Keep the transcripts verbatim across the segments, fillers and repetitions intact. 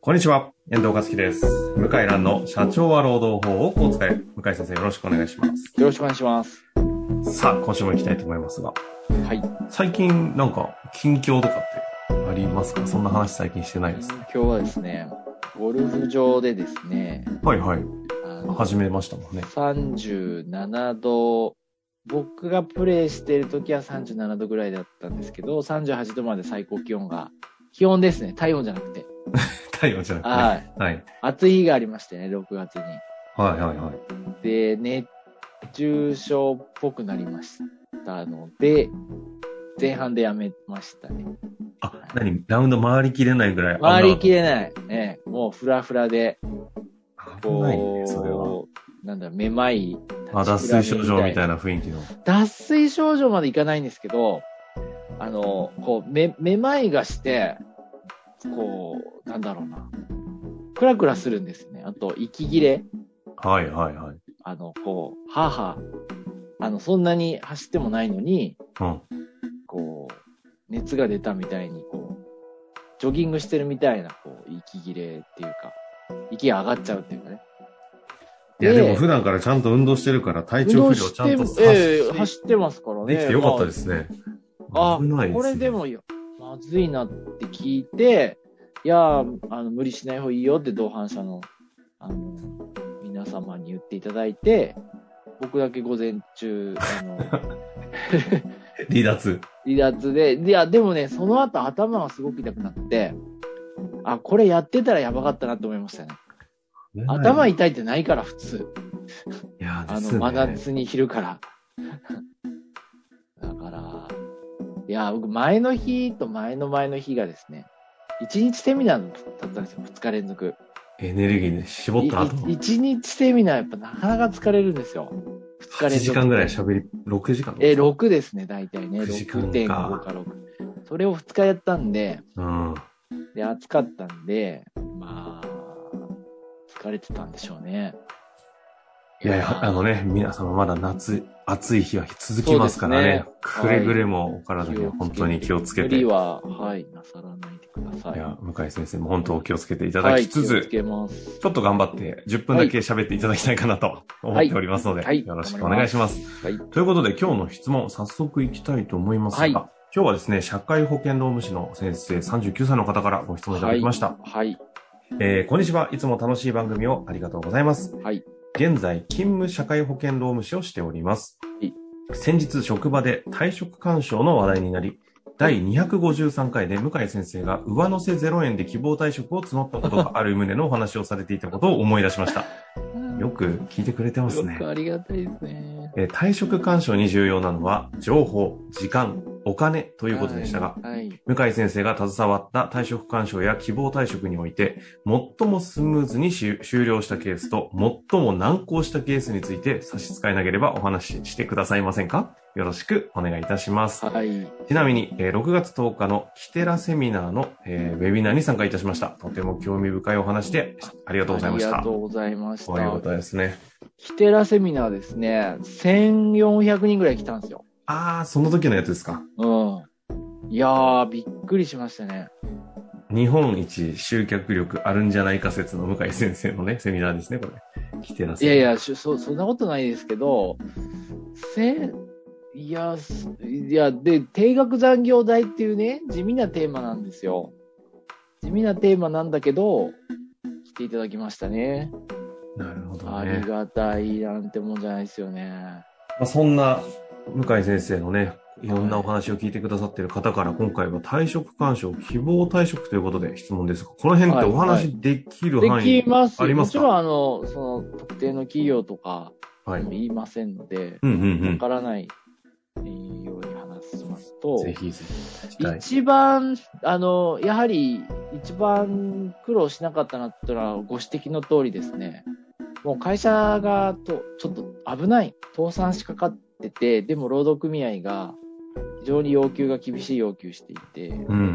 こんにちは、遠藤和樹です。向井蘭の社長は労働法をこう使え。向井先生、よろしくお願いします。 よろしくお願いします。 さあ、今週も行きたいと思いますが。 はい。 最近、なんか、近況とかってありますか？そんな話最近してないですね。 今日はですね、ゴルフ場でですね。 はいはい。始めましたもんね。 さんじゅうななど、僕がプレイしている時はさんじゅうななどぐらいだったんですけど、さんじゅうはちどまで最高気温が、気温ですね、体温じゃなくて。 体温じゃなくて、 はい。はい。暑い日がありましてね、ろくがつに。 はいはいはい。 で、熱中症っぽくなりましたので、前半でやめましたね。 あ、はい、何ラウンド回りきれないぐらい。 回りきれない。ね、もうフラフラで。 危ないね、それは。 なんだ、めまい。 あ、脱水症状みたいな雰囲気の。 脱水症状までいかないんですけど、あの、こう、め、めまいがして、こう、なんだろうな。クラクラするんですね。あと、息切れ。 はいはいはい。 あの、こう、はぁはぁ。あの、そんなに走ってもないのに、 うん。 こう、熱が出たみたいに、こう、ジョギングしてるみたいな、こう、息切れっていうか、息が上がっちゃうっていうかね。 いや、でも普段からちゃんと運動してるから体調不良ちゃんと走って、 ええ、走ってますからね。 できてよかったですね。 まあ、危ないですね。あ、これでもまずいなって聞いて、いや、あの、無理しない方がいいよって同伴者の、あの、皆様に言っていただいて、僕だけ午前中、あの、 離脱。 離脱で、いや、でもね、その後頭がすごく痛くなって、あ、これやってたらやばかったなと思いましたね。頭痛いってないから、普通。 いや、 あの、真夏に昼から。だから、いや、僕、前の日と前の前の日がですね、一日セミナーだったんですよ、二日連続。 エネルギーで絞った後。 一日セミナーやっぱなかなか疲れるんですよ。 二日連続。はちじかんぐらい喋り、ろくじかんえ、ろくですね、大体ね。ろくてんごかかろく。それを二日やったんで、 うん。 で、暑かったんで、まあ、疲れてたんでしょうね。 いやいや、あのね、皆様まだ夏、暑い日は続きますからね。ねくれぐれもお体には本当に気をつけて。無理は、はい、なさらないでください。 いや、向井先生も本当お気をつけていただきつつ、はい、 気をつけます。 ちょっと頑張ってじゅっぷんだけ喋っていただきたいかなと思っておりますので、はい、よろしくお願いします。はい、ということで今日の質問、早速いきたいと思いますが、はい、今日はですね、社会保険労務士の先生さんじゅうきゅうさいの方からご質問いただきました。 はい。はい、 えー、こんにちは。いつも楽しい番組をありがとうございます。 はい。 現在、勤務社会保険労務士をしております。先日、職場で退職勧奨の話題になり、だいにひゃくごじゅうさんかいで向井先生が上乗せゼロえんで希望退職を募ったことがある旨のお話をされていたことを思い出しました。よく聞いてくれてますね。 よくありがたいですね。 えー、退職勧奨に重要なのは、情報、時間、お金ということでしたが、はいはい、向井先生が携わった退職勧奨や希望退職において、最もスムーズに終了したケースと、最も難航したケースについて差し支えなければお話ししてくださいませんか？よろしくお願いいたします。 はい、 ちなみに、えー、ろくがつとおかのキテラセミナーの、えー、ウェビナーに参加いたしました。とても興味深いお話でありがとうございました。 ありがとうございました。 そういうことですね。 キテラセミナーですね、せんよんひゃくにんぐらい来たんですよ。 ああ、その時のやつですか。 うん。いやー、びっくりしましたね。 日本一集客力あるんじゃないか説の向井先生のね、セミナーですね、これ。キテラセミナー。 いやいや、そ、そんなことないですけど、せ、いや、いや、で、定額残業代っていうね、地味なテーマなんですよ。地味なテーマなんだけど、来ていただきましたね。 なるほどね。 ありがたいなんてもんじゃないですよね。 まあ、そんな向井先生のね、いろんなお話を聞いてくださっている方から、今回は退職勧奨、希望退職ということで質問ですが、この辺ってお話できる範囲ありますか？ できます。もちろん、あの、その特定の企業とか、言いませんので、わ、はい、からないように話しますと、 ぜひぜひ一番、あの、やはり一番苦労しなかったなってのはご指摘の通りですね。もう会社がとちょっと危ない、倒産しかかってて、でも労働組合が非常に要求が厳しい要求していて、 うんうんうん、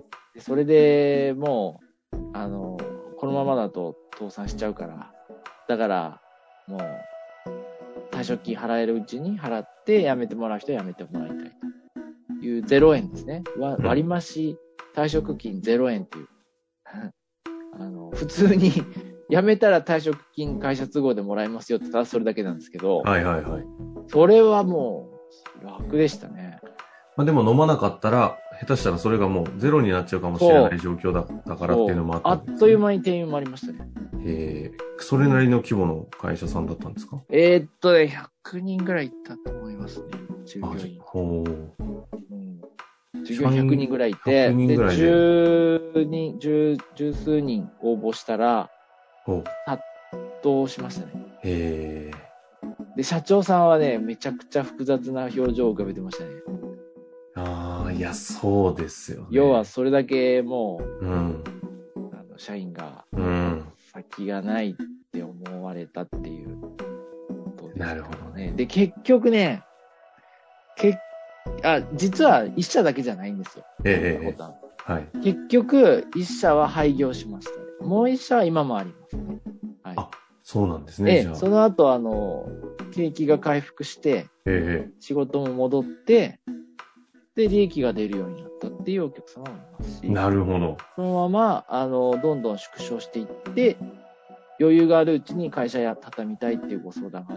それでもう、あの、このままだと倒産しちゃうから、だからもう退職金払えるうちに払って辞めてもらう人は辞めてもらいたいというゼロえんですね。割増退職金ゼロえんというあの、普通に辞めたら退職金会社都合でもらえますよってただそれだけなんですけど、 はいはいはい。 それはもう楽でしたね。 まあ、でも飲まなかったら、下手したらそれがもうゼロになっちゃうかもしれない状況だったからっていうのもあったあんです、ね、 っという間に定員もありましたね。 えー、それなりの規模の会社さんだったんですか？ えー、っとね、ひゃくにんぐらいいったと思いますね、従業員。 ほう。 うん、従業員ひゃくにんぐらいいて、 ひゃくにんぐらいでじゅうにん、十、十数人応募したら、殺到しましたね。 へー。 で、社長さんはね、めちゃくちゃ複雑な表情を浮かべてましたね。 ああ、いや、そうですよね。 要は、それだけもう、 うん、 あの社員が、 うん、 先がないって思われたっていうことです、ね。 なるほどね。 で、結局ね、けあ、実は一社だけじゃないんですよ。 ええー、はい。 結局、一社は廃業しました、ね。もう一社は今もありますね。はい、 あ、そうなんですね。 ええ、その後、あの、景気が回復して、 ええ、 仕事も戻って、で、利益が出るようになったっていうお客様もいますし。 なるほど。 そのまま、あの、どんどん縮小していって、余裕があるうちに会社や畳みたいっていうご相談があって、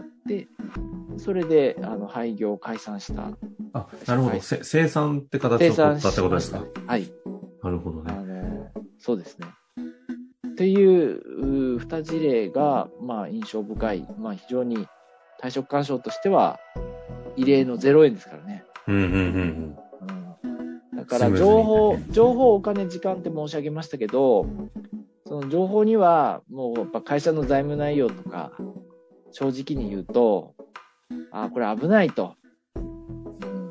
それで、あの、廃業、解散した。 あ、なるほど。せ生産って形を取ったってことですか？ はい。 なるほどね。 あの、そうですね。っていう二事例が、まあ、印象深い。まあ、非常に退職勧奨としては、異例のゼロえんですからね。 うんうんうんうん。 だから情報、情報、お金、時間って申し上げましたけど、その情報にはもうやっぱ会社の財務内容とか、正直に言うと、あ、これ危ないと、うん、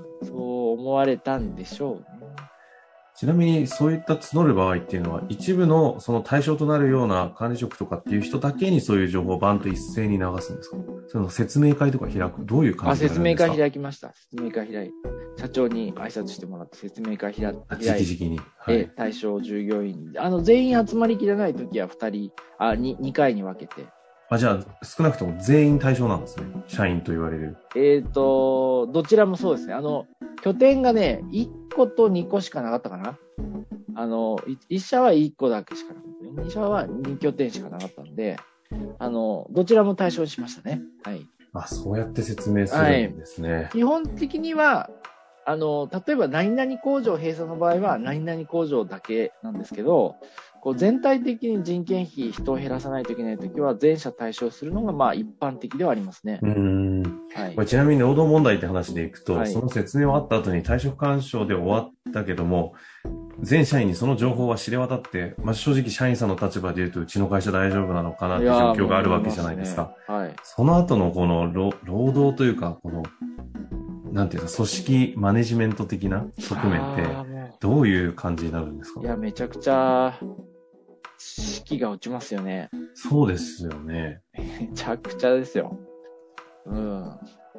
そう思われたんでしょうね。 ちなみにそういった募る場合っていうのは、一部のその対象となるような管理職とかっていう人だけにそういう情報をバンと一斉に流すんですか？その説明会とか開く、どういう感じであ、説明会開きました。説明会開い社長に挨拶してもらって説明会開いて、 直々に。はい、 え、対象従業員。あの、全員集まりきれないときはふたり、あ、に、にかいに分けて。 あ、じゃあ、少なくとも全員対象なんですね。社員と言われる。 えっと、どちらもそうですね。あの、拠点がね、いっことにこしかなかったかな。あの、いっ社はいっこだけしかなかった。に社はに拠点しかなかったんで、あの、どちらも対象にしましたね。はい。 あ、そうやって説明するんですね。はい、 基本的には、あの、例えば何々工場閉鎖の場合は何々工場だけなんですけど、こう全体的に人件費、人を減らさないといけないときは全社対象するのがまあ一般的ではありますね。 うーん、はい、これちなみに労働問題って話でいくと、はい、その説明はあった後に退職勧奨で終わったけども、全社員にその情報は知れ渡って、まあ、正直社員さんの立場で言うとうちの会社大丈夫なのかなって状況があるわけじゃないですか。 ね、はい、 その後のこの労働というか、このなんていうか、組織マネジメント的な側面って、どういう感じになるんですか？ いや、めちゃくちゃ、士気が落ちますよね。 そうですよね。 めちゃくちゃですよ。うん。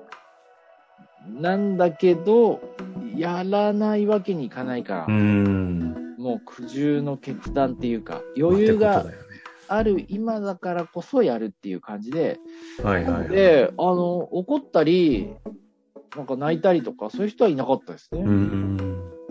なんだけど、やらないわけにいかないから、 うーんもう苦渋の決断っていうか、余裕がある今だからこそやるっていう感じで、 はいはいはい。 で、あの、怒ったり、なんか泣いたりとか、そういう人はいなかったですね。 うん。 うん。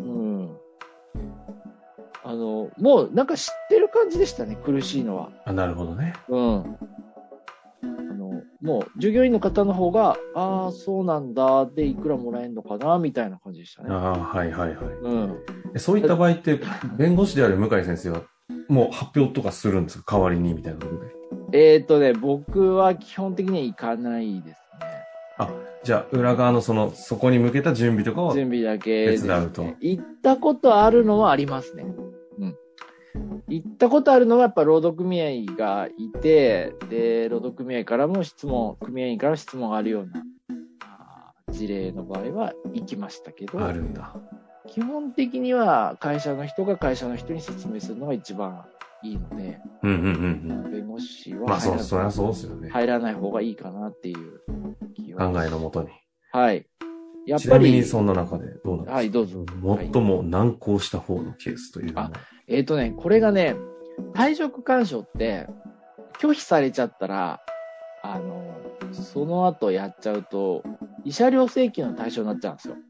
あの、もうなんか知ってる感じでしたね、苦しいのは。 あ、なるほどね。 うん。あの、もう従業員の方の方が、ああ、そうなんだ、で、いくらもらえるのかな、みたいな感じでしたね。 ああ、はいはいはい。 うん。 そういった場合って、弁護士である向井先生は、もう発表とかするんですか？代わりにみたいなことで。えっとね、僕は基本的には行かないですね。 あ、じゃあ、裏側のその、そこに向けた準備とかを準備だけ手伝うと。 行ったことあるのはありますね。うん。行ったことあるのはやっぱ労働組合がいて、で、労働組合からも質問、組合員から質問があるような事例の場合は行きましたけど。 あるんだ。 基本的には会社の人が会社の人に説明するのが一番いいので、 うんうんうんうん、 弁護士はまあそう、そりゃそうですよね。 入らない方がいいかなっていう考えのもとに。 はい。やっぱり。 ちなみにそんな中でどうなんですか？ はい、どうぞ。 最も難航した方のケースというのは。 あ、えっとね、これがね、退職勧奨って拒否されちゃったら、あの、その後やっちゃうと、慰謝料請求の対象になっちゃうんですよ。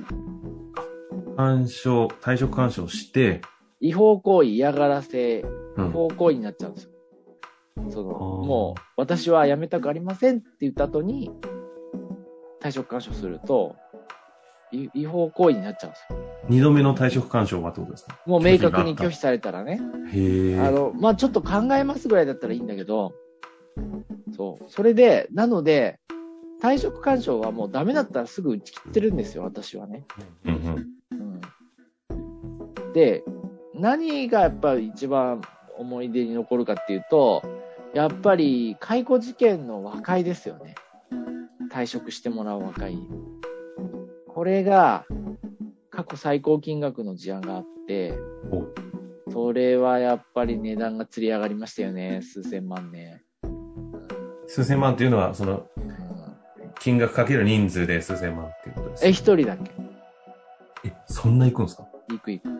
勧奨、退職勧奨して、 違法行為、嫌がらせ不法行為になっちゃうんですよ。その、もう、私は辞めたくありませんって言った後に、退職勧奨すると、違法行為になっちゃうんですよ。 二度目の退職勧奨はってことですか？ もう明確に拒否されたらね。 へえ。 あの、まあ、ちょっと考えますぐらいだったらいいんだけど、そう。それで、なので、退職勧奨はもうダメだったらすぐ打ち切ってるんですよ、私はね。 うんうんうん、で、何がやっぱり一番思い出に残るかっていうと、やっぱり解雇事件の和解ですよね。退職してもらう和解。これが過去最高金額の事案があって、それはやっぱり値段がつり上がりましたよね。数千万ね。 数千万っていうのは、その、うん、金額かける人数で数千万っていうことですか？ え、一人だけ。 え、そんな行くんですか？ 行く行く。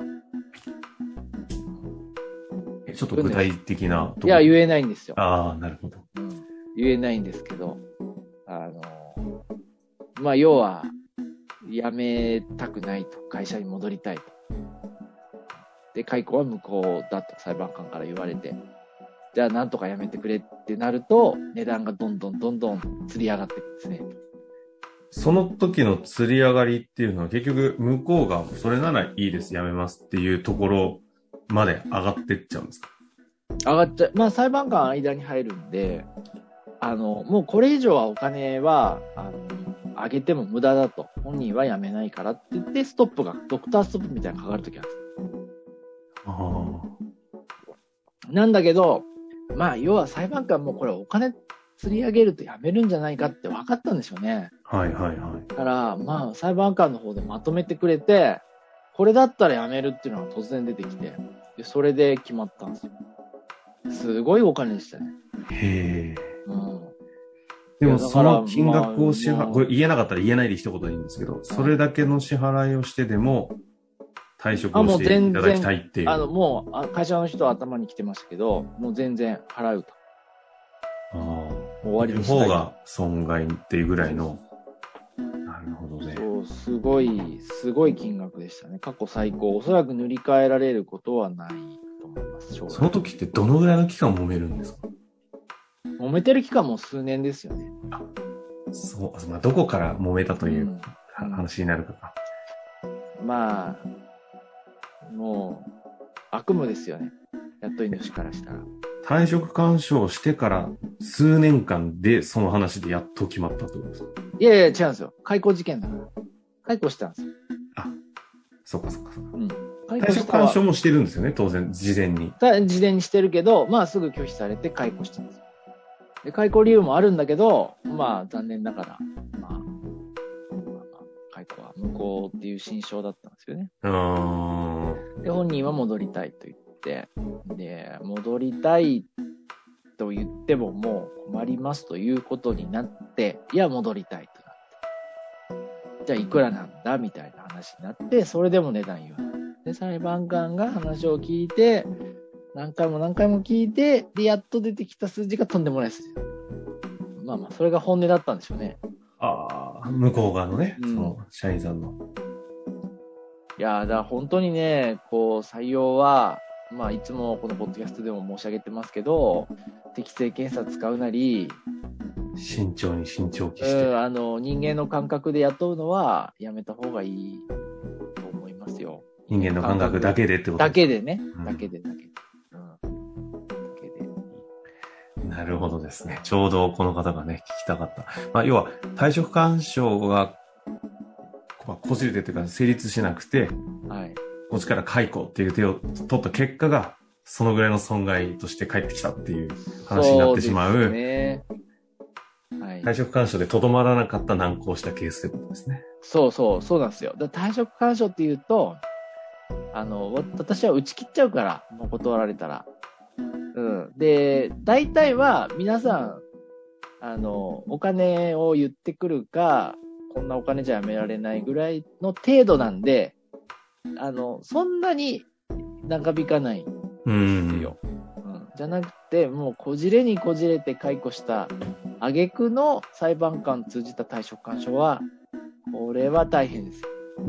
え、ちょっと具体的な。 いや、言えないんですよ。 ああ、なるほど、 うん。言えないんですけど、あの、まあ、要は、辞めたくないと、会社に戻りたいと。で、解雇は無効だと裁判官から言われて、じゃあなんとかやめてくれってなると、値段がどんどんどんどん釣り上がっていくんですね。 その時の釣り上がりっていうのは結局向こうがそれならいいです、やめますっていうところまで上がってっちゃうんですか？ 上がっちゃう。まあ裁判官間に入るんで、あの、もうこれ以上はお金は、あの、上げても無駄だと。本人は辞めないからって言って、ストップが、ドクターストップみたいなのかかる時あるんです。 ああ。なんだけど、まあ、要は裁判官もこれお金釣り上げるとやめるんじゃないかって分かったんでしょうね。 はいはいはい。 だから、まあ、裁判官の方でまとめてくれて、これだったらやめるっていうのが突然出てきて、でそれで決まったんですよ。すごいお金でしたね。 へえ。 うん。 でもその金額を支払、 まあ、 これ言えなかったら言えないで一言でいいんですけど、それだけの支払いをしてでも退職をしていただきたいっていう。 あ、もう全然、あの、もう、会社の人は頭に来てましたけど、もう全然払うと。 ああ。 終わりにしたい。 方が損害っていうぐらいの。なるほどね。 そう、すごい、すごい金額でしたね。過去最高。おそらく塗り替えられることはないと思います。 その時ってどのぐらいの期間揉めるんですか？ 揉めてる期間も数年ですよね。 あ、そう、まあ、どこから揉めたという、うん、話になるかか。 まあ、もう、悪夢ですよね。雇い主からしたら。 退職勧奨してから数年間でその話でやっと決まったってことですか？ いやいや、違うんですよ。解雇事件だから。解雇したんですよ。 あ、そうかそうかそうか。 うん。 退職勧奨もしてるんですよね、当然、事前に。 事前にしてるけど、まあすぐ拒否されて解雇したんですよ。で、解雇理由もあるんだけど、まあ残念ながら、まあ、まあ、解雇は無効っていう心証だったんですよね。 あで、本人は戻りたいと言って、で、戻りたいと言ってももう困りますということになって、いや、戻りたいとなって。じゃあいくらなんだみたいな話になって、それでも値段言わない。で、裁判官が話を聞いて、何回も何回も聞いて、で、やっと出てきた数字がとんでもない数字。まあまあ、それが本音だったんでしょうね。 ああ、向こう側のね、 うん、 その社員さんの。 いやー、だから本当にね、こう、採用は、まあ、いつもこのポッドキャストでも申し上げてますけど、適正検査使うなり、 慎重に慎重を期して、 うん、あの、人間の感覚で雇うのはやめた方がいいと思いますよ。 人間の感覚だけでってことだけでね、 うん、 だけでだけで。 なるほどですね。ちょうどこの方がね、聞きたかった。まあ、要は、退職勧奨が、まあ、こじれてというか成立しなくて、 はい。 こっちから解雇っていう手を取った結果が、そのぐらいの損害として返ってきたっていう話になってしまう。そうですね。はい。退職勧奨でとどまらなかった難航したケースってことですね。 そうそう、そうなんですよ。だ退職勧奨っていうと、あの、私は打ち切っちゃうから、もう断られたら。うん。で、大体は皆さん、あの、お金を言ってくるか、こんなお金じゃやめられないぐらいの程度なんで、あの、そんなに長引かないんですよ。うんうん、じゃなくて、もうこじれにこじれて解雇した挙句の裁判官通じた退職勧奨は、これは大変です。 なるほど。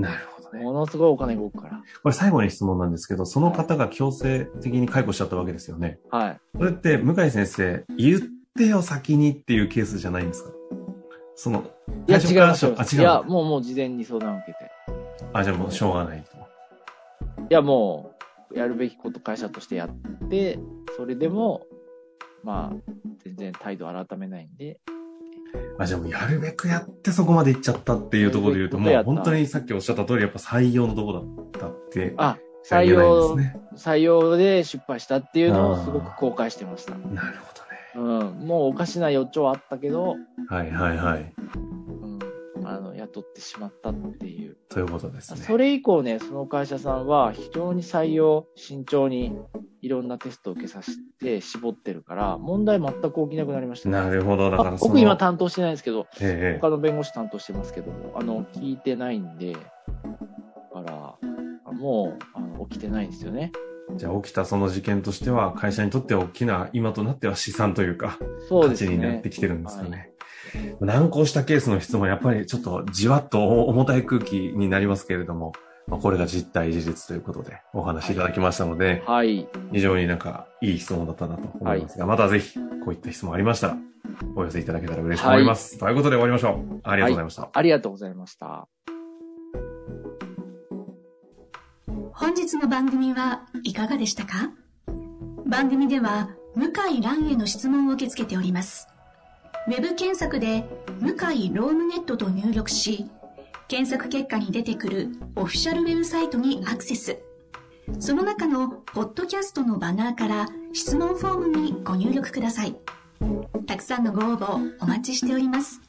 ね。 ものすごいお金動くから。 これ最後に質問なんですけど、その方が強制的に解雇しちゃったわけですよね。 はい。 それって向井先生、言ってよ先にっていうケースじゃないんですか？その、 いや違います。 あ、違う。 いや、もうもう事前に相談を受けて。 あ、じゃあもうしょうがないと。 いやもう、やるべきこと会社としてやって、それでも、まあ、全然態度改めないんで。 あ、じゃあもうやるべくやってそこまで行っちゃったっていうところで言うと、もう本当にさっきおっしゃった通り、やっぱ採用のとこだったって。 あ、採用、ね、採用で失敗したっていうのをすごく後悔してました。 なるほどね。 うん。もうおかしな予兆はあったけど。 はいはいはい。 うん。あの、雇ってしまったっていう。 ということですね。 それ以降ね、その会社さんは非常に採用、慎重にいろんなテストを受けさせて絞ってるから、問題全く起きなくなりました、ね。 なるほど。だから僕今担当してないんですけど、 ええ、 他の弁護士担当してますけど、あの、聞いてないんで、だから、もう、あの、起きてないんですよね。 じゃあ起きたその事件としては、会社にとっては大きな、今となっては資産というか、 そうですね、 価値になってきてるんですかね。はい、難航したケースの質問、やっぱりちょっとじわっと重たい空気になりますけれども、まあ、これが実態事実ということでお話しいただきましたので、 はい。 非常になんかいい質問だったなと思いますが、はい、またぜひこういった質問ありましたら、お寄せいただけたら嬉しく思います。はい、ということで終わりましょう。ありがとうございました。はい、 ありがとうございました。 本日の番組はいかがでしたか？番組では向井蘭への質問を受け付けております。ウェブ検索で向井ロームネットと入力し、検索結果に出てくるオフィシャルウェブサイトにアクセス。その中のポッドキャストのバナーから質問フォームにご入力ください。たくさんのご応募お待ちしております。